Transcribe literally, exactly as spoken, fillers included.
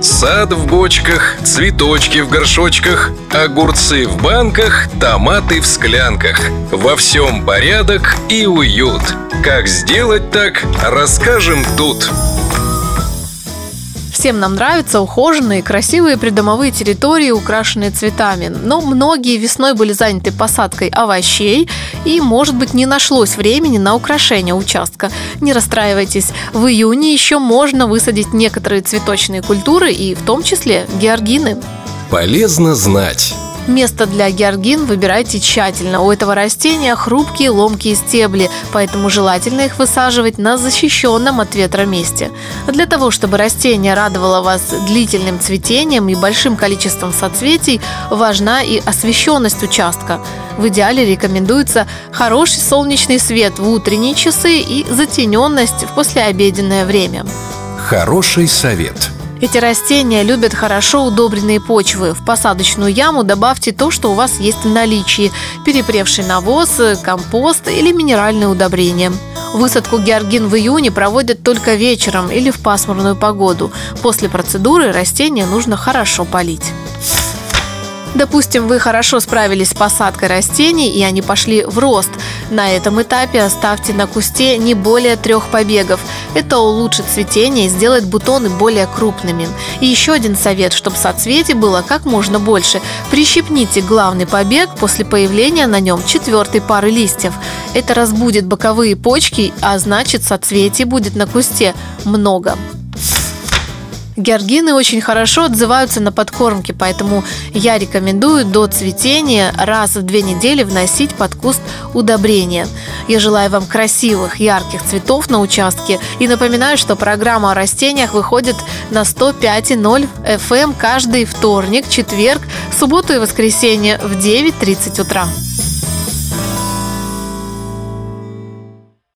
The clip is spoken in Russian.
Сад в бочках, цветочки в горшочках, огурцы в банках, томаты в склянках. Во всем порядок и уют. Как сделать так, расскажем тут. Всем нам нравятся ухоженные, красивые придомовые территории, украшенные цветами. Но многие весной были заняты посадкой овощей, и, может быть, не нашлось времени на украшение участка. Не расстраивайтесь, в июне еще можно высадить некоторые цветочные культуры, и в том числе георгины. Полезно знать. Место для георгин выбирайте тщательно. У этого растения хрупкие ломкие стебли, поэтому желательно их высаживать на защищенном от ветра месте. Для того, чтобы растение радовало вас длительным цветением и большим количеством соцветий, важна и освещенность участка. В идеале рекомендуется хороший солнечный свет в утренние часы и затененность в послеобеденное время. Хороший совет. Эти растения любят хорошо удобренные почвы. В посадочную яму добавьте то, что у вас есть в наличии: перепревший навоз, компост или минеральные удобрения. Высадку георгин в июне проводят только вечером или в пасмурную погоду. После процедуры растения нужно хорошо полить. Допустим, вы хорошо справились с посадкой растений, и они пошли в рост. На этом этапе оставьте на кусте не более трех побегов. Это улучшит цветение и сделает бутоны более крупными. И еще один совет, чтобы соцветий было как можно больше. Прищипните главный побег после появления на нем четвертой пары листьев. Это разбудит боковые почки, а значит, соцветий будет на кусте много. Георгины очень хорошо отзываются на подкормки, поэтому я рекомендую до цветения раз в две недели вносить под куст удобрения. Я желаю вам красивых, ярких цветов на участке и напоминаю, что программа о растениях выходит на сто пять и ноль эф эм каждый вторник, четверг, субботу и воскресенье в девять тридцать утра.